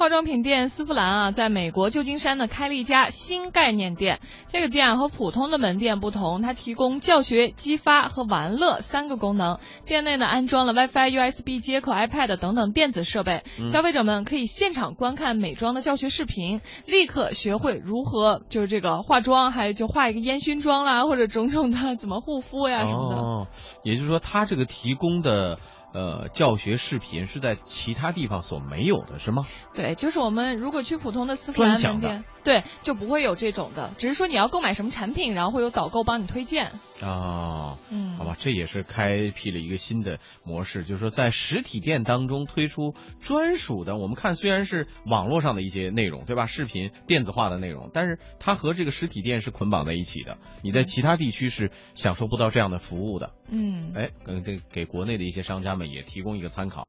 化妆品店丝芙兰啊，在美国旧金山呢开了一家新概念店。这个店和普通的门店不同，它提供教学、激发和玩乐3个功能。店内呢安装了 WiFi、USB 接口、iPad 等等电子设备，消费者们可以现场观看美妆的教学视频，立刻学会如何就是这个化妆，还有就画一个烟熏妆啦，或者种种的怎么护肤呀什么的。 哦，也就是说，它这个提供的教学视频是在其他地方所没有的，是吗？ 对，就是我们如果去普通的丝芙兰门店，对，就不会有这种的，只是说你要购买什么产品，然后会有导购帮你推荐。 啊，好吧，这也是开辟了一个新的模式，就是说在实体店当中推出专属的，我们看虽然是网络上的一些内容，对吧？视频电子化的内容，但是它和这个实体店是捆绑在一起的，你在其他地区是享受不到这样的服务的。哎，给国内的一些商家们也提供一个参考。